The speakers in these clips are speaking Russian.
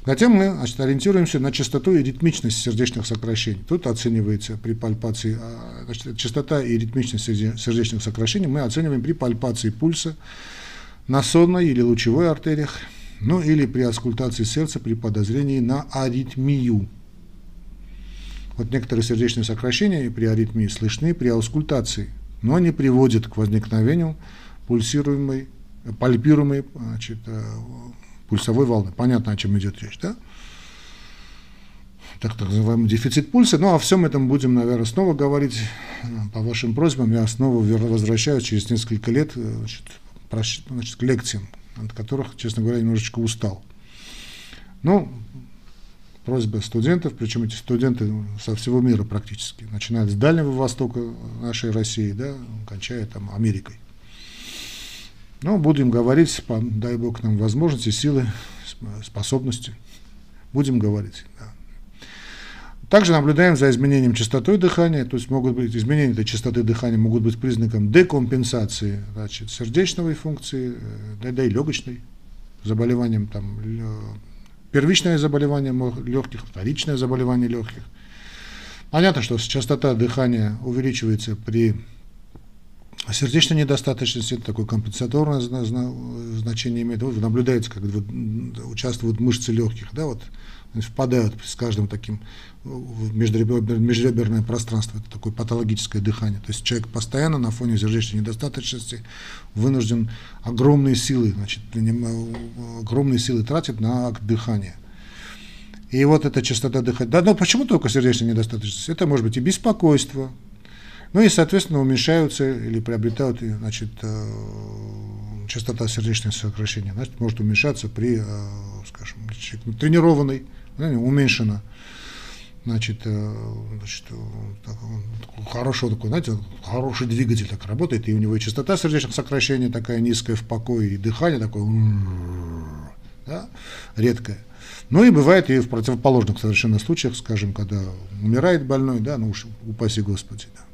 Затем мы, значит, ориентируемся на частоту и ритмичность сердечных сокращений. Тут оценивается при пальпации, значит, частота и ритмичность сердечных сокращений мы оцениваем при пальпации пульса на сонной или лучевой артериях, ну или при аскультации сердца при подозрении на аритмию. Вот некоторые сердечные сокращения при аритмии слышны при аускультации, но не приводят к возникновению пальпируемой, значит, пульсовой волны. Понятно, о чем идет речь, да? Так называемый дефицит пульса. Ну, о всем этом будем, наверное, снова говорить по вашим просьбам. Я снова возвращаюсь через несколько лет, значит, к лекциям, от которых, честно говоря, немножечко устал. Ну, просьба студентов, причем эти студенты со всего мира практически, начиная с Дальнего Востока нашей России, да, кончая там Америкой. Но будем говорить, дай Бог нам возможности, силы, способности. Будем говорить. Да. Также наблюдаем за изменением частоты дыхания, то есть могут быть изменения этой частоты дыхания могут быть признаком декомпенсации, значит, сердечной функции, да и легочной, заболеванием там, первичное заболевание легких, вторичное заболевание легких. Понятно, что частота дыхания увеличивается при сердечной недостаточности, это такое компенсаторное значение имеет. Вот наблюдается, как участвуют мышцы легких, да, вот впадают с каждым таким в межреберное пространство, это такое патологическое дыхание. То есть человек постоянно на фоне сердечной недостаточности вынужден огромные силы, значит, огромные силы тратить на дыхание. И вот эта частота дыхания. Да, но почему только сердечная недостаточность? Это может быть и беспокойство. Ну и, соответственно, уменьшаются или приобретают, значит, частота сердечных сокращений, значит, может уменьшаться при, скажем, тренированной, уменьшена, значит, хороший такой, знаете, хороший двигатель так работает, и у него и частота сердечных сокращений такая низкая в покое, и дыхание такое, да, редкое. Ну и бывает и в противоположных совершенно случаях, скажем, когда умирает больной, да, ну уж упаси Господи, да.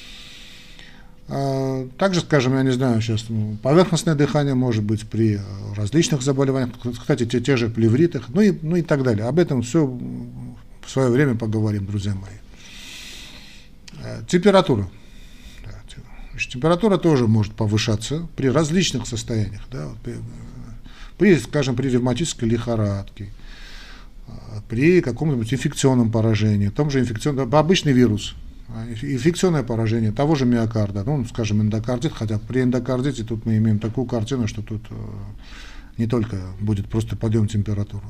Также, скажем, я не знаю, сейчас поверхностное дыхание может быть при различных заболеваниях, кстати, те же плевритах, ну и так далее. Об этом все в свое время поговорим, друзья мои. Температура. Температура тоже может повышаться при различных состояниях, да, скажем, при ревматической лихорадке, при каком-нибудь инфекционном поражении, том же обычный вирус. Инфекционное поражение того же миокарда, ну, скажем, эндокардит, хотя при эндокардите тут мы имеем такую картину, что тут не только будет просто подъем температуры.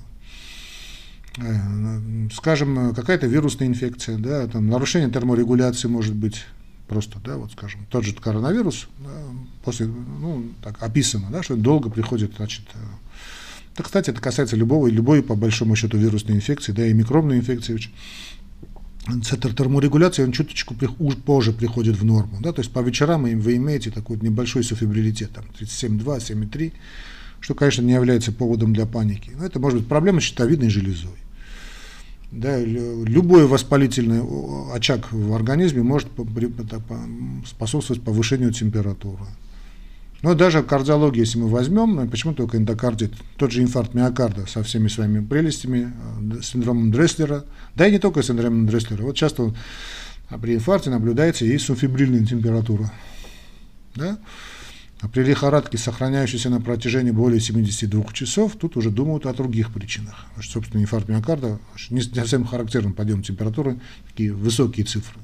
Скажем, какая-то вирусная инфекция, да, там нарушение терморегуляции может быть просто, да, вот, скажем, тот же коронавирус, да, после, ну, так описано, да, что долго приходит, значит, да, кстати, это касается любой, по большому счету, вирусной инфекции, да, и микробной инфекции. Центр терморегуляции, он чуточку позже приходит в норму. Да? То есть по вечерам вы имеете такой небольшой суфибрилитет, там 37,2, 7,3, что, конечно, не является поводом для паники. Но это может быть проблема с щитовидной железой. Да? Любой воспалительный очаг в организме может способствовать повышению температуры. Но даже кардиологию, если мы возьмем, почему только эндокардит, тот же инфаркт миокарда со всеми своими прелестями, синдромом Дресслера, да и не только синдромом Дресслера, вот часто при инфаркте наблюдается и субфибрильная температура. Да? А при лихорадке, сохраняющейся на протяжении более 72 часов, тут уже думают о других причинах. Собственно, инфаркт миокарда не совсем характерен подъем температуры, такие высокие цифры.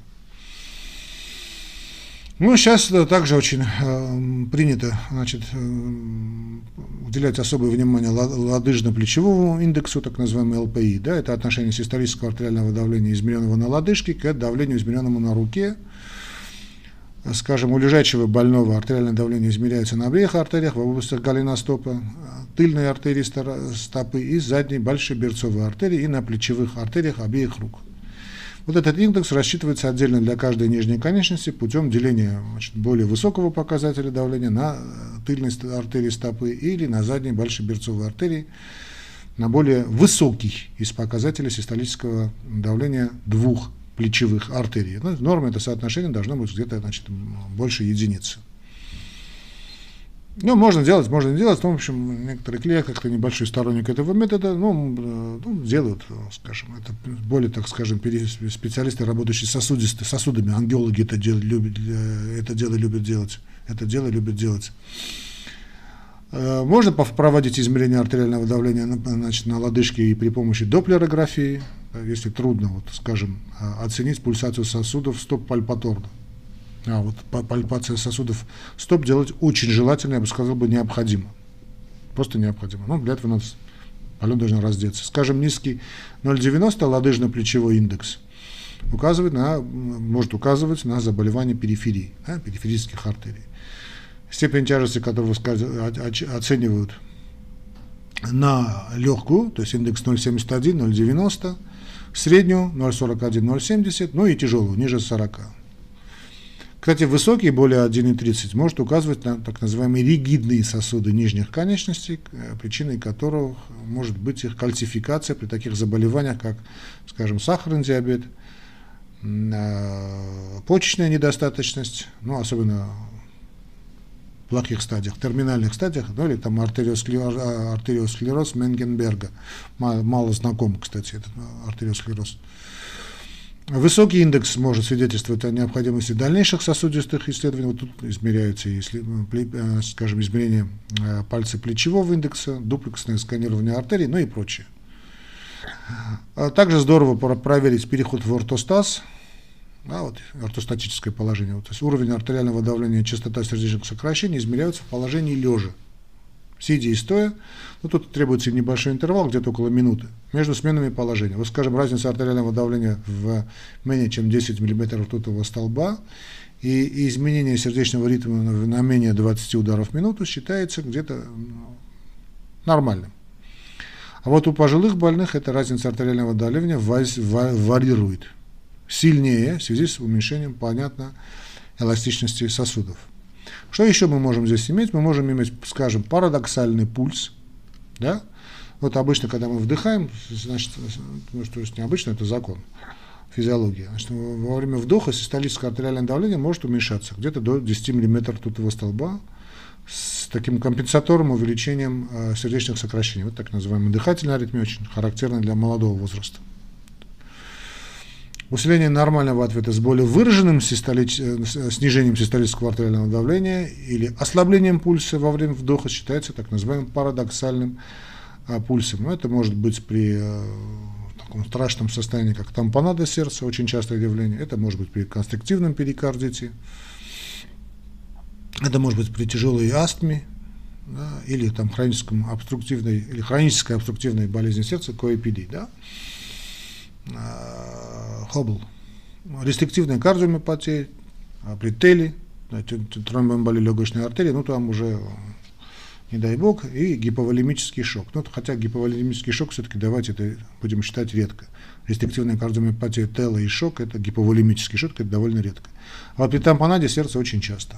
Ну, сейчас также очень принято, значит, уделять особое внимание лодыжно-плечевому индексу, так называемый ЛПИ. Да, это отношение систолического артериального давления, измеренного на лодыжке, к давлению, измеренному на руке. Скажем, у лежачего больного артериальное давление измеряется на обеих артериях в областях голеностопа, тыльной артерии стопы и задней большеберцовой артерии и на плечевых артериях обеих рук. Вот этот индекс рассчитывается отдельно для каждой нижней конечности путем деления, значит, более высокого показателя давления на тыльной артерии стопы или на задней большеберцовой артерии на более высокий из показателей систолического давления двух плечевых артерий. Ну, норма это соотношение должно быть где-то, значит, больше единицы. Ну, можно делать, можно не делать. Но, в общем, некоторые клиенты, как-то небольшой сторонник этого метода, делают, скажем, это более, так скажем, специалисты, работающие сосудами, ангиологи это дело любят делать. Можно проводить измерение артериального давления на лодыжке и при помощи доплерографии, если трудно, вот, скажем, оценить пульсацию сосудов стоп пальпаторно. Вот пальпация сосудов стоп делать очень желательно, я бы сказал, необходимо. Просто необходимо. Для этого больной должен раздеться. Скажем, низкий 0,90 лодыжно-плечевой индекс может указывать на заболевание периферии, периферических артерий. Степень тяжести, которую оценивают на легкую, то есть индекс 0,71, 0,90, среднюю 0,41, 0,70, и тяжелую, ниже 40. Кстати, высокий, более 1,30, может указывать на так называемые ригидные сосуды нижних конечностей, причиной которых может быть их кальцификация при таких заболеваниях, как, скажем, сахарный диабет, почечная недостаточность, особенно в плохих стадиях, терминальных стадиях, или там артериосклероз Менгенберга. Мало знаком, кстати, этот артериосклероз. Высокий индекс может свидетельствовать о необходимости дальнейших сосудистых исследований. Вот тут измеряются, скажем, измерение пальца плечевого индекса, дуплексное сканирование артерий, и прочее. Также здорово проверить переход в ортостаз, ортостатическое положение. То есть уровень артериального давления и частота сердечных сокращений измеряются в положении лежа, сидя и стоя. Тут требуется небольшой интервал, где-то около минуты, между сменами положения. Вот, скажем, разница артериального давления в менее чем 10 мм ртутного столба и изменение сердечного ритма на менее 20 ударов в минуту считается где-то нормальным. А вот у пожилых больных эта разница артериального давления варьирует сильнее в связи с уменьшением, понятно, эластичности сосудов. Что еще мы можем здесь иметь? Мы можем иметь, скажем, парадоксальный пульс. Да? Вот обычно, когда мы вдыхаем, значит, что есть необычно, это закон физиологии. Значит, во время вдоха систолическое артериальное давление может уменьшаться где-то до 10 мм ртутного столба с таким компенсаторным увеличением сердечных сокращений. Вот так называемая дыхательная аритмия, очень характерная для молодого возраста. Усиление нормального ответа с более выраженным снижением систолического артериального давления или ослаблением пульса во время вдоха считается так называемым парадоксальным пульсом. Это может быть при таком страшном состоянии, как тампонада сердца, очень частое явление. Это может быть при констриктивном перикардите. Это может быть при тяжелой астме, или там хронической обструктивной болезни сердца, COPD. Да? Хоббл, рестриктивная кардиомиопатия, при ТЭЛе, тромбоэмболии легочной артерии, там уже, не дай бог, и гиповолемический шок. Хотя гиповолемический шок все-таки давайте это будем считать редко. Рестриктивная кардиомиопатия ТЭЛа и шок, это гиповолемический шок, это довольно редко. А вот при тампонаде сердца очень часто.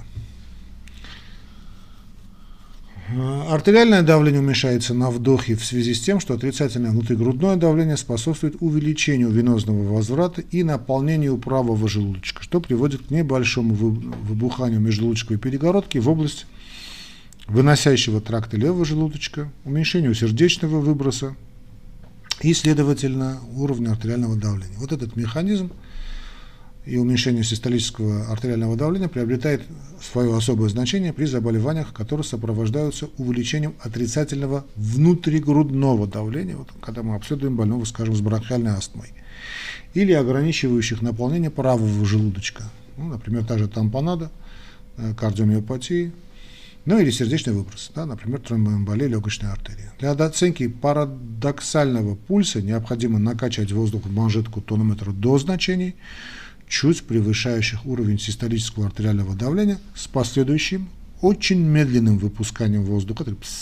Артериальное давление уменьшается на вдохе в связи с тем, что отрицательное внутригрудное давление способствует увеличению венозного возврата и наполнению правого желудочка, что приводит к небольшому выбуханию межжелудочковой перегородки в область выносящего тракта левого желудочка, уменьшению сердечного выброса и, следовательно, уровня артериального давления. Вот этот механизм и уменьшение систолического артериального давления приобретает свое особое значение при заболеваниях, которые сопровождаются увеличением отрицательного внутригрудного давления, когда мы обследуем больного, скажем, с бронхиальной астмой, или ограничивающих наполнение правого желудочка, например, та же тампонада, кардиомиопатии, или сердечный выброс, например, тромбоэмболия легочной артерии. Для оценки парадоксального пульса необходимо накачать воздух в манжетку тонометра до значений, чуть превышающих уровень систолического артериального давления с последующим очень медленным выпусканием воздуха,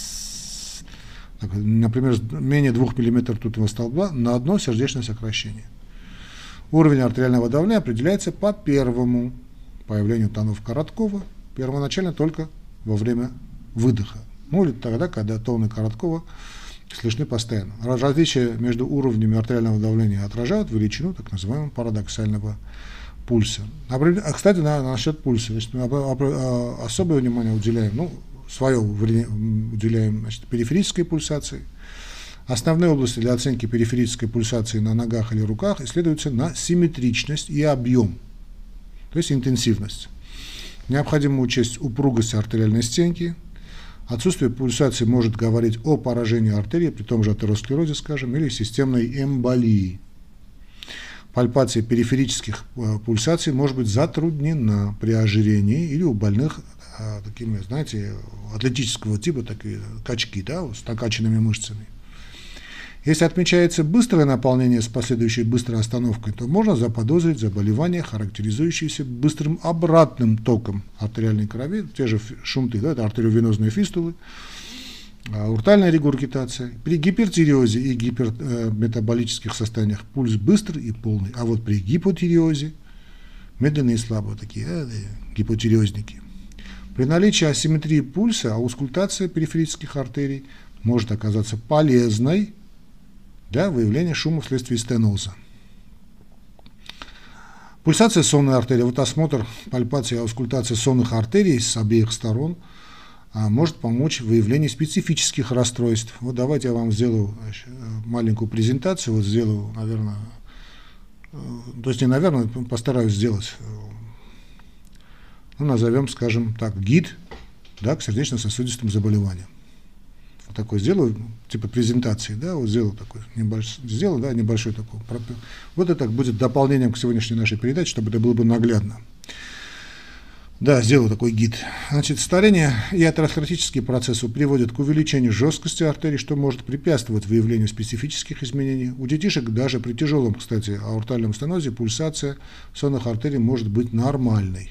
например, менее 2 мм ртутного столба на одно сердечное сокращение. Уровень артериального давления определяется по первому появлению тонов Короткова, первоначально только во время выдоха, или тогда, когда тоны Короткова слышны постоянно. Различия между уровнями артериального давления отражают величину так называемого парадоксального пульса. Кстати, насчет пульса, особое внимание уделяем, свое уделяем, значит, периферической пульсации. Основные области для оценки периферической пульсации на ногах или руках исследуются на симметричность и объем, то есть интенсивность. Необходимо учесть упругость артериальной стенки. Отсутствие пульсации может говорить о поражении артерии, при том же атеросклерозе, скажем, или системной эмболии. Пальпация периферических пульсаций может быть затруднена при ожирении или у больных такими, знаете, атлетического типа, такие качки, да, с накачанными мышцами. Если отмечается быстрое наполнение с последующей быстрой остановкой, то можно заподозрить заболевание, характеризующееся быстрым обратным током артериальной крови, те же шунты, да, это артериовенозные фистулы, уртальная регургитация. При гипертиреозе и гиперметаболических состояниях пульс быстрый и полный, а вот при гипотиреозе медленные и слабые, такие гипотиреозники. При наличии асимметрии пульса аускультация периферических артерий может оказаться полезной для выявления шума вследствие стеноза. Пульсация сонной артерии. Вот осмотр, пальпация и аускультация сонных артерий с обеих сторон может помочь в выявлении специфических расстройств. Вот давайте я вам сделаю маленькую презентацию. Вот сделаю, наверное, то есть не наверное, постараюсь сделать, ну, назовем, скажем так, гид, да, к сердечно-сосудистым заболеваниям. Такой сделаю, типа презентации, да, вот сделаю такой небольшой такой. Вот это будет дополнением к сегодняшней нашей передаче, чтобы это было бы наглядно. Да, сделаю такой гид. Значит, старение и атеросклеротические процессы приводят к увеличению жесткости артерий, что может препятствовать выявлению специфических изменений. У детишек даже при тяжелом, кстати, аортальном стенозе пульсация сонных артерий может быть нормальной.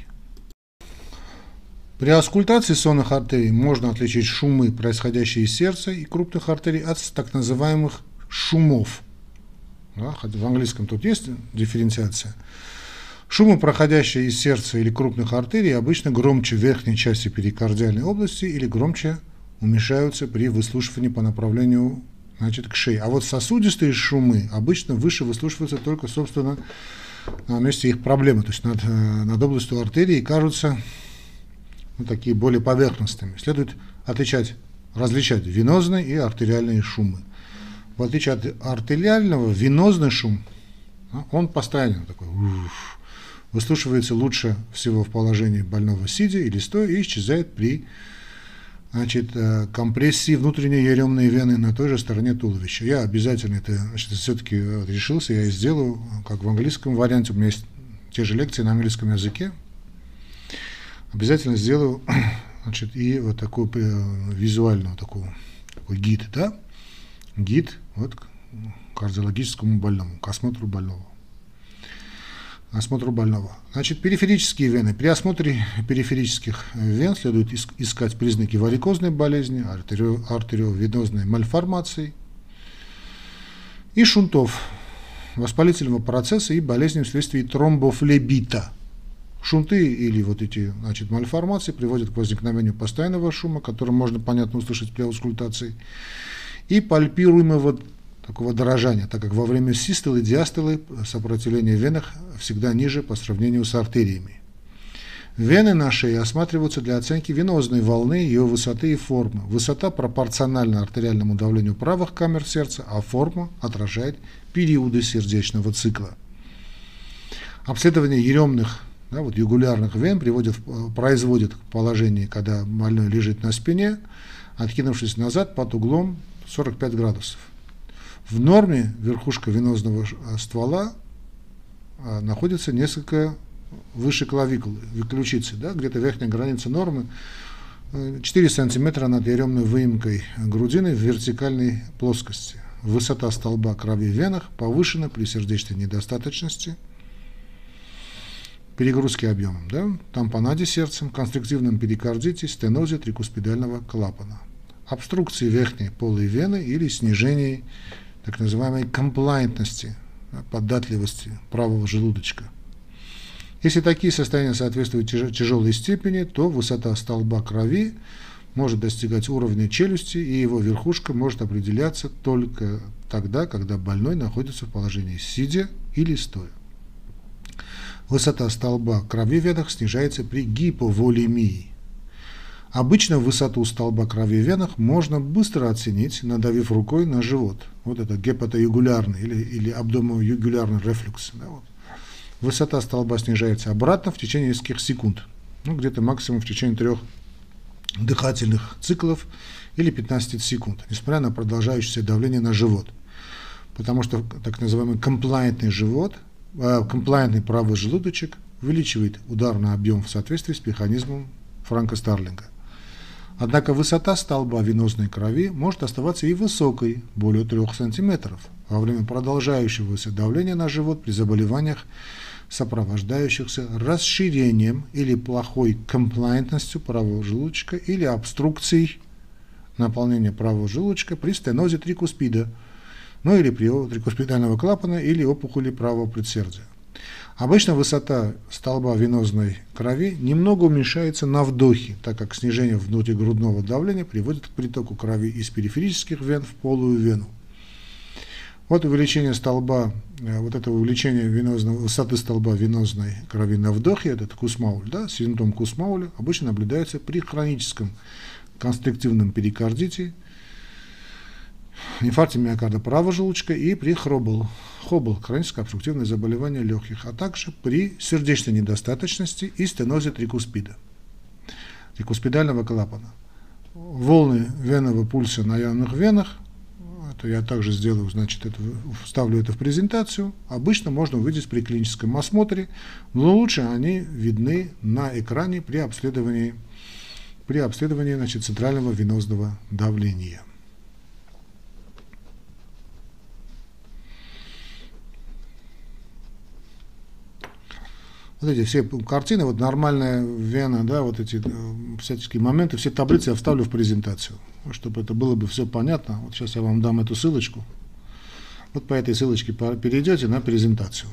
При аускультации сонных артерий можно отличить шумы, происходящие из сердца и крупных артерий, от так называемых шумов. Да, в английском тут есть дифференциация. Шумы, проходящие из сердца или крупных артерий, обычно громче верхней части перикардиальной области или громче уменьшаются при выслушивании по направлению, значит, к шее. А вот сосудистые шумы обычно выше выслушиваются только, собственно, на месте их проблемы, то есть над областью артерии, кажутся такие более поверхностными. Следует различать венозные и артериальные шумы. В отличие от артериального, венозный шум, он постоянно такой, выслушивается лучше всего в положении больного сидя или стоя и исчезает при, значит, компрессии внутренней яремной вены на той же стороне туловища. Я обязательно это, значит, все-таки решился, я и сделаю, как в английском варианте, у меня есть те же лекции на английском языке. Обязательно сделаю, значит, и вот такой визуальный такой гид, да? Гид вот, к кардиологическому больному, к осмотру больного. Значит, периферические вены. При осмотре периферических вен следует искать признаки варикозной болезни, артериовенозной мальформации и шунтов, воспалительного процесса и болезни вследствие тромбофлебита. Шунты или вот эти, значит, мальформации приводят к возникновению постоянного шума, который можно понятно услышать при аускультации, и пальпируемого такого дрожания, так как во время систолы и диастолы сопротивление в венах всегда ниже по сравнению с артериями. Вены на шее осматриваются для оценки венозной волны, ее высоты и формы. Высота пропорциональна артериальному давлению правых камер сердца, а форма отражает периоды сердечного цикла. Обследование еремных, да, вот югулярных вен производит к положению, когда больной лежит на спине, откинувшись назад под углом 45 градусов. В норме верхушка венозного ствола находится несколько выше клавикулы, ключицы, да, где-то верхняя граница нормы 4 см над яремной выемкой грудины в вертикальной плоскости. Высота столба крови в венах повышена при сердечной недостаточности, перегрузке объемом, да, тампонаде сердцем, констриктивном перикардите, стенозе трикуспидального клапана, обструкции верхней полой вены или снижении так называемой комплаентности, податливости правого желудочка. Если такие состояния соответствуют тяжелой степени, то высота столба крови может достигать уровня челюсти, и его верхушка может определяться только тогда, когда больной находится в положении сидя или стоя. Высота столба крови в венах снижается при гиповолемии. Обычно высоту столба крови в венах можно быстро оценить, надавив рукой на живот. Вот это гепатоюгулярный или абдомоюгулярный рефлюкс. Да, вот. Высота столба снижается обратно в течение нескольких секунд, ну, где-то максимум в течение 3 дыхательных циклов или 15 секунд, несмотря на продолжающееся давление на живот. Потому что так называемый комплаентный правый желудочек увеличивает ударный объем в соответствии с механизмом Франка Старлинга. Однако высота столба венозной крови может оставаться и высокой, более 3 см, во время продолжающегося давления на живот при заболеваниях, сопровождающихся расширением или плохой комплаентностью правого желудочка или обструкцией наполнения правого желудочка при стенозе трикуспида, ну или при трикуспидального клапана или опухоли правого предсердия. Обычно высота столба венозной крови немного уменьшается на вдохе, так как снижение внутригрудного давления приводит к притоку крови из периферических вен в полую вену. Вот увеличение столба, вот это увеличение высоты столба венозной крови на вдохе, этот Кусмауль, да, синдром Кусмауля, обычно наблюдается при хроническом констриктивном перикардите, инфаркте миокарда правого желудочка и при хробл, хроническое обструктивное заболевание легких, а также при сердечной недостаточности и стенозе трикуспидального клапана. Волны венного пульса на явных венах, это я также сделаю, значит, вставлю это в презентацию, обычно можно увидеть при клиническом осмотре, но лучше они видны на экране при обследовании значит, центрального венозного давления. Вот эти все картины, вот нормальная вена, да, вот эти всяческие моменты, все таблицы я вставлю в презентацию, чтобы это было бы все понятно. Вот сейчас я вам дам эту ссылочку. Вот по этой ссылочке перейдете на презентацию.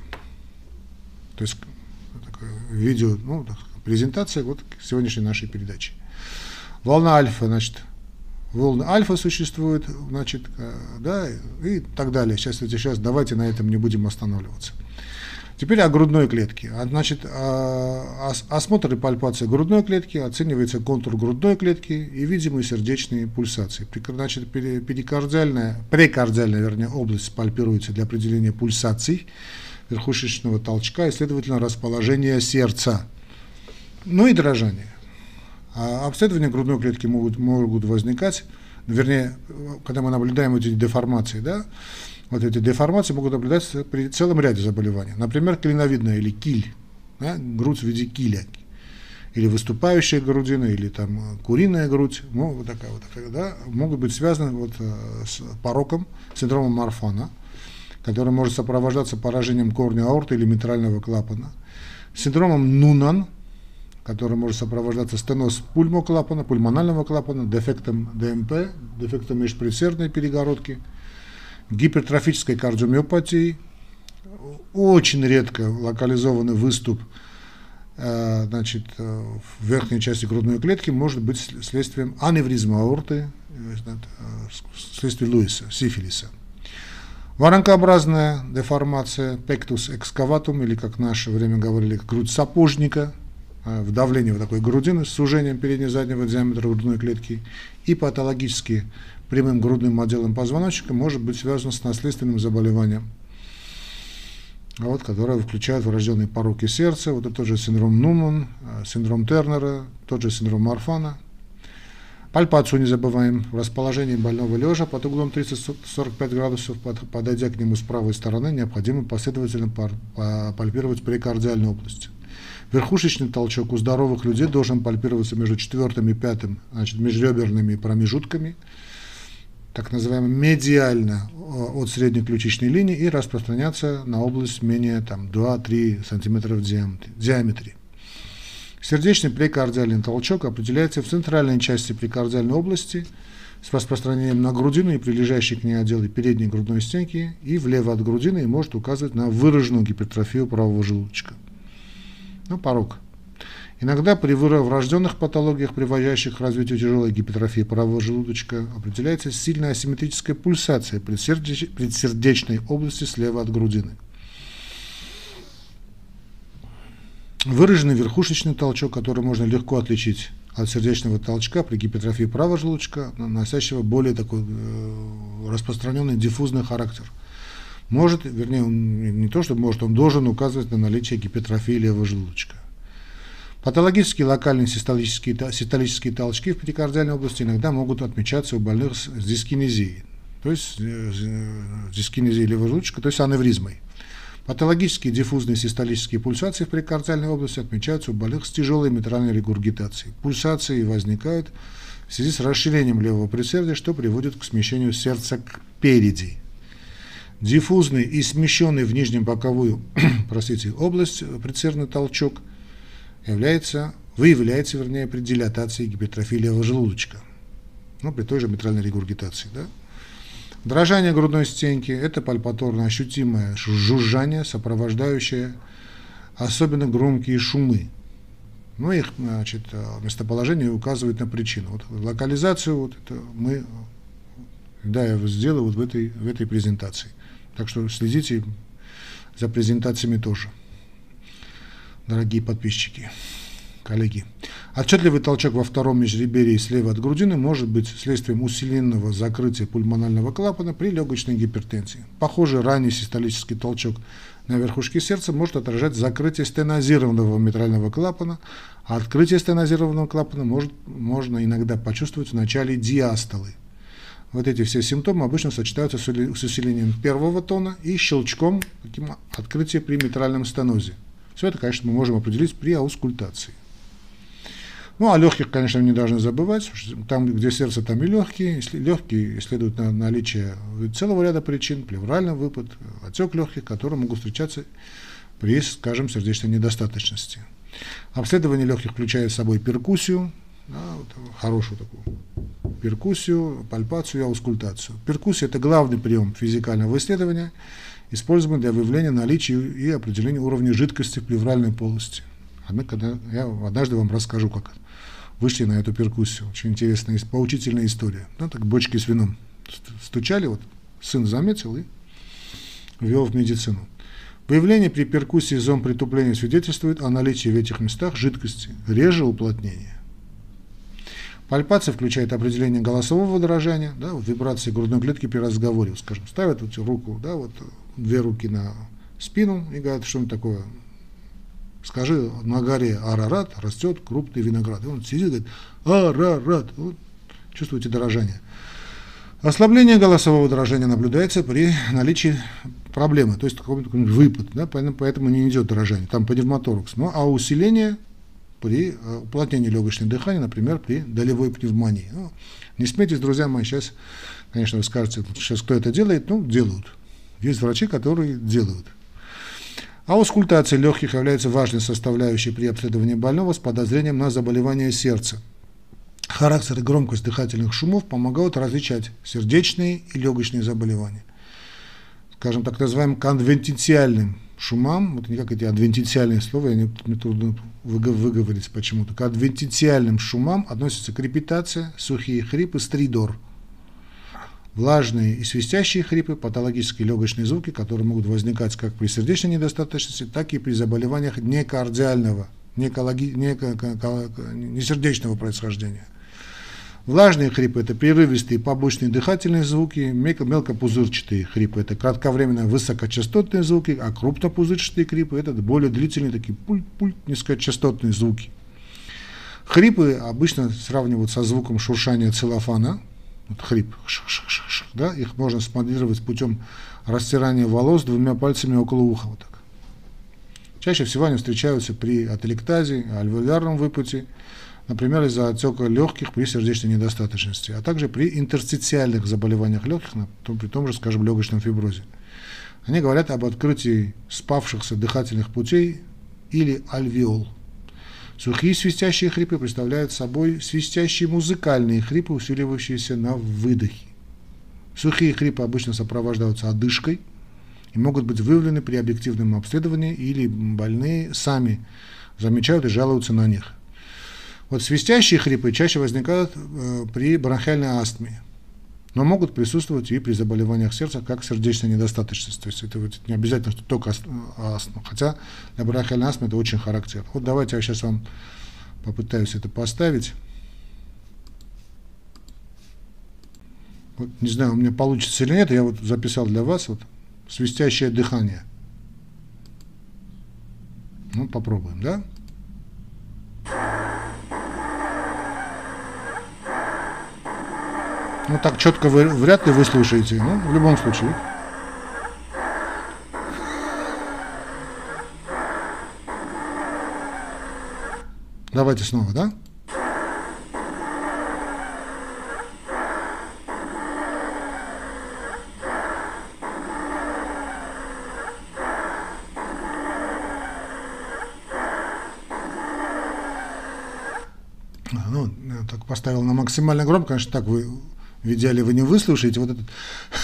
То есть такое видео, ну, презентация вот сегодняшней нашей передачи. Волна альфа, значит, волны альфа существуют, значит, да, и так далее. Сейчас давайте на этом не будем останавливаться. Теперь о грудной клетке. Значит, осмотр и пальпация грудной клетки, оценивается контур грудной клетки и видимые сердечные пульсации. Значит, прекардиальная область пальпируется для определения пульсаций, верхушечного толчка и, следовательно, расположения сердца, ну и дрожания. Обследования грудной клетки могут возникать, вернее, когда мы наблюдаем эти деформации, да, вот эти деформации могут наблюдаться при целом ряде заболеваний. Например, клиновидная или киль, да, грудь в виде киля, или выступающая грудина, или там куриная грудь, ну, вот такая, да, могут быть связаны вот с пороком, синдромом Марфана, который может сопровождаться поражением корня аорты или митрального клапана, синдромом Нунан, который может сопровождаться стеноз пульмонального клапана, дефектом ДМП, дефектом межпредсердной перегородки, гипертрофической кардиомиопатией, очень редко локализованный выступ, значит, в верхней части грудной клетки может быть следствием аневризма аорты, следствием Луиса, сифилиса. Воронкообразная деформация, пектус экскаватум, или, как в наше время говорили, грудь сапожника, в давлении вот такой грудины с сужением переднего и заднего диаметра грудной клетки, и патологически прямым грудным отделом позвоночника может быть связано с наследственным заболеванием, вот, которое включает врожденные пороки сердца, вот это тот же синдром Нуман, синдром Тернера, тот же синдром Марфана. Пальпацию не забываем, в расположении больного лежа под углом 30-45 градусов, подойдя к нему с правой стороны, необходимо последовательно пальпировать перикардиальную область. Верхушечный толчок у здоровых людей должен пальпироваться между 4 и 5, значит, межреберными промежутками, так называемым медиально от средней ключичной линии, и распространяться на область менее 2-3 см в диаметре. Сердечный прекардиальный толчок определяется в центральной части прекардиальной области с распространением на грудину и прилежащие к ней отделы передней грудной стенки и влево от грудины, и может указывать на выраженную гипертрофию правого желудочка. Ну, порок. Иногда при врожденных патологиях, приводящих к развитию тяжелой гипертрофии правого желудочка, определяется сильная асимметрическая пульсация предсердечной области слева от грудины. Выраженный верхушечный толчок, который можно легко отличить от сердечного толчка при гипертрофии правого желудочка, носящего более такой распространенный диффузный характер. Может, вернее, он не то, что может, он должен указывать на наличие гипертрофии левого желудочка. Патологические локальные систолические толчки в перикардиальной области иногда могут отмечаться у больных с дискинезией, то есть с дискинезией левого желудочка, то есть аневризмой. Патологические диффузные систолические пульсации в перикардиальной области отмечаются у больных с тяжелой митральной регургитацией. Пульсации возникают в связи с расширением левого предсердия, что приводит к смещению сердца кпереди. Диффузный и смещенный в нижнем боковую область предсердный толчок выявляется при дилатации гипертрофии левого желудочка, при той же митральной регургитации. Да? Дрожание грудной стенки – это пальпаторно ощутимое жужжание, сопровождающее особенно громкие шумы. Их местоположение указывает на причину. Локализацию я сделаю в этой презентации. Так что следите за презентациями тоже, дорогие подписчики, коллеги. Отчетливый толчок во втором межреберье слева от грудины может быть следствием усиленного закрытия пульмонального клапана при легочной гипертензии. Похоже, ранний систолический толчок на верхушке сердца может отражать закрытие стенозированного митрального клапана, а открытие стенозированного клапана можно иногда почувствовать в начале диастолы. Вот эти все симптомы обычно сочетаются с усилением первого тона и щелчком открытия при митральном стенозе. Все это, конечно, мы можем определить при аускультации. О легких, конечно, не должны забывать. Там, где сердце, там и легкие. Легкие исследуют наличие целого ряда причин, плевральный выпад, отек легких, которые могут встречаться при, скажем, сердечной недостаточности. Обследование легких включает в собой перкуссию, хорошую такую перкуссию, пальпацию и аускультацию. Перкуссия – это главный прием физикального исследования, используемый для выявления наличия и определения уровня жидкости в плевральной полости. Я однажды вам расскажу, как вышли на эту перкуссию. Очень интересная, поучительная история. Так бочки с вином стучали, сын заметил и ввел в медицину. Появление при перкуссии зон притупления свидетельствует о наличии в этих местах жидкости, реже уплотнения. Пальпация включает определение голосового дрожания, вибрации грудной клетки при разговоре. Скажем, ставят руку, две руки на спину и говорят, что-нибудь такое. Скажи, на горе Арарат растет крупный виноград. И он сидит и говорит, Арарат. Чувствуете дрожание. Ослабление голосового дрожания наблюдается при наличии проблемы, то есть какой-нибудь выпад, поэтому не идет дрожание, там пневмоторакс. А усиление при уплотнении легочного дыхания, например, при долевой пневмонии. Не смейтесь, друзья мои, сейчас, конечно, вы скажете, сейчас кто это делает? Делают. Есть врачи, которые делают. Аускультация легких является важной составляющей при обследовании больного с подозрением на заболевание сердца. Характер и громкость дыхательных шумов помогают различать сердечные и легочные заболевания. Скажем, так называемым конвентициальным шумам, вот никак эти адвентициальные слова, мне трудно выговорить почему-то, к адвентициальным шумам относятся крепитация, сухие хрипы, стридор. Влажные и свистящие хрипы, патологические легочные звуки, которые могут возникать как при сердечной недостаточности, так и при заболеваниях некардиального, несердечного происхождения. Влажные хрипы – это прерывистые побочные дыхательные звуки, мелкопузырчатые хрипы – это кратковременные высокочастотные звуки, а крупнопузырчатые хрипы – это более длительные такие низкочастотные звуки. Хрипы обычно сравнивают со звуком шуршания целлофана. Хрип, их можно смоделировать путем растирания волос двумя пальцами около уха. Так. Чаще всего они встречаются при ателектазе, альвеолярном выпаде, например, из-за отека легких при сердечной недостаточности, а также при интерстициальных заболеваниях легких, при том же, скажем, легочном фиброзе. Они говорят об открытии спавшихся дыхательных путей или альвеол. Сухие свистящие хрипы представляют собой свистящие музыкальные хрипы, усиливающиеся на выдохе. Сухие хрипы обычно сопровождаются одышкой и могут быть выявлены при объективном обследовании или больные сами замечают и жалуются на них. Свистящие хрипы чаще возникают при бронхиальной астме, но могут присутствовать и при заболеваниях сердца, как сердечная недостаточность. То есть это не обязательно, что только астма, хотя для бронхиальной астмы это очень характерно. Давайте я сейчас вам попытаюсь это поставить. Вот, не знаю, у меня получится или нет, я вот записал для вас вот свистящее дыхание. Ну, попробуем, да? Ну, так четко вы вряд ли вы слушаете, ну, в любом случае. Давайте снова, да? Ну, я так поставил на максимально громко, конечно, так вы в идеале вы не выслушаете вот этот.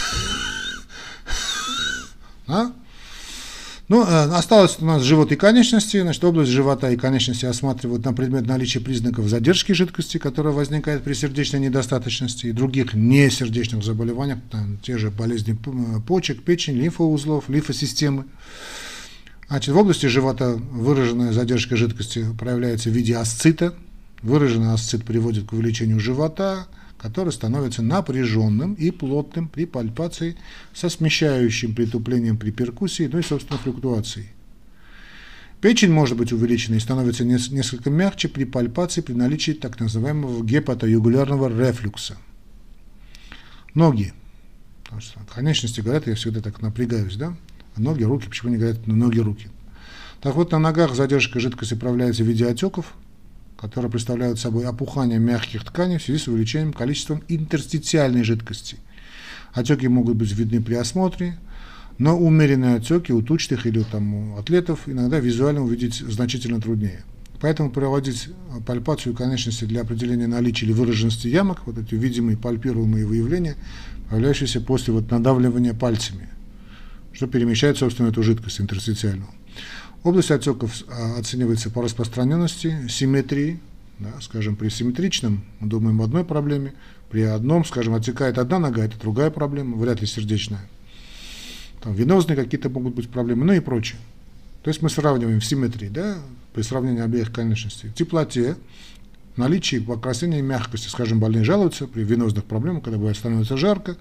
А? Ну, осталось у нас живот и конечности. Значит, область живота и конечности осматривают на предмет наличия признаков задержки жидкости, которая возникает при сердечной недостаточности и других несердечных заболеваниях, там, те же болезни почек, печени, лимфоузлов, лимфосистемы. Значит, в области живота выраженная задержка жидкости проявляется в виде асцита. Выраженный асцит приводит к увеличению живота, который становится напряженным и плотным при пальпации со смещающим притуплением при перкуссии, ну и, собственно, флуктуацией. Печень может быть увеличена и становится несколько мягче при пальпации при наличии так называемого гепатоюгулярного рефлюкса. Ноги. Потому что конечности говорят, я всегда так напрягаюсь, да? А ноги, руки, почему не говорят ноги, руки? Так вот, на ногах задержка жидкости проявляется в виде отеков, которые представляют собой опухание мягких тканей в связи с увеличением количества интерстициальной жидкости. Отеки могут быть видны при осмотре, но умеренные отеки у тучных или там, у атлетов иногда визуально увидеть значительно труднее. Поэтому проводить пальпацию конечности для определения наличия или выраженности ямок, вот эти видимые пальпируемые выявления, появляющиеся после вот надавливания пальцами, что перемещает, собственно, эту жидкость интерстициальную. Область отеков оценивается по распространенности, симметрии, да, скажем, при симметричном мы думаем об одной проблеме, при одном, скажем, отекает одна нога, это другая проблема, вряд ли сердечная. Там венозные какие-то могут быть проблемы, ну и прочее. То есть мы сравниваем в симметрии, да, при сравнении обеих конечностей. В теплоте, наличии покраснения и мягкости, скажем, больные жалуются при венозных проблемах, когда бывает становится жарко,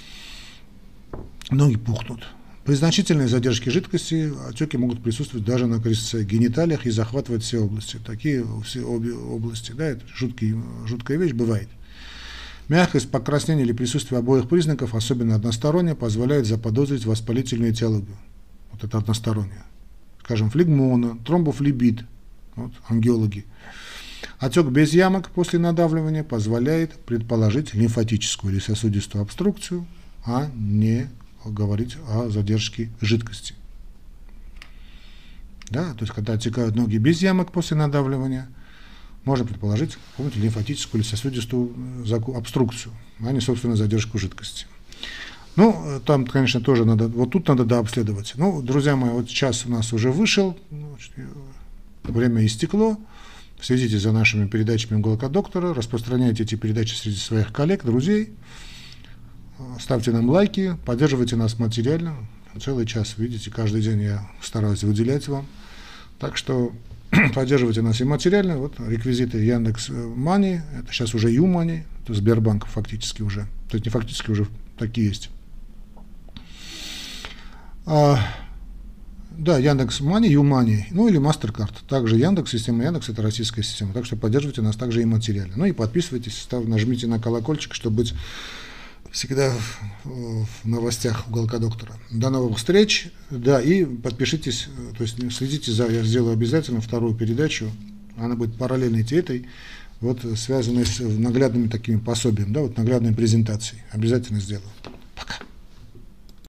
ноги пухнут. При значительной задержке жидкости отеки могут присутствовать даже на гениталиях и захватывать все области. Такие все обе области, да, это жуткая вещь бывает. Мягкость, покраснение или присутствие обоих признаков, особенно одностороннее, позволяет заподозрить воспалительную этиологию. Вот это одностороннее. Скажем, флегмона, тромбофлебит, вот, ангиологи. Отек без ямок после надавливания позволяет предположить лимфатическую или сосудистую обструкцию, а не говорить о задержке жидкости. Да, то есть, когда отекают ноги без ямок после надавливания, можно предположить, помните, лимфатическую или сосудистую обструкцию, а не, собственно, задержку жидкости. Ну, там, конечно, тоже надо, вот тут надо дообследовать. Ну, друзья мои, вот час у нас уже вышел, время истекло. Следите за нашими передачами Глокодоктора, распространяйте эти передачи среди своих коллег, друзей. Ставьте нам лайки, поддерживайте нас материально. Целый час, видите, каждый день я стараюсь выделять вам. Так что поддерживайте нас и материально. Вот реквизиты Яндекс.Мани, это сейчас уже Юмани, это Сбербанк фактически уже. То есть не фактически, уже такие есть. Да, Яндекс.Мани, Юмани, ну или MasterCard. Также Яндекс, система Яндекс, это российская система. Так что поддерживайте нас также и материально. Ну и подписывайтесь, нажмите на колокольчик, чтобы быть всегда в новостях уголка доктора. До новых встреч, да, и подпишитесь, то есть следите за, я сделаю обязательно вторую передачу, она будет параллельно идти этой, вот связанной с наглядными такими пособиями, да, вот наглядной презентацией, обязательно сделаю.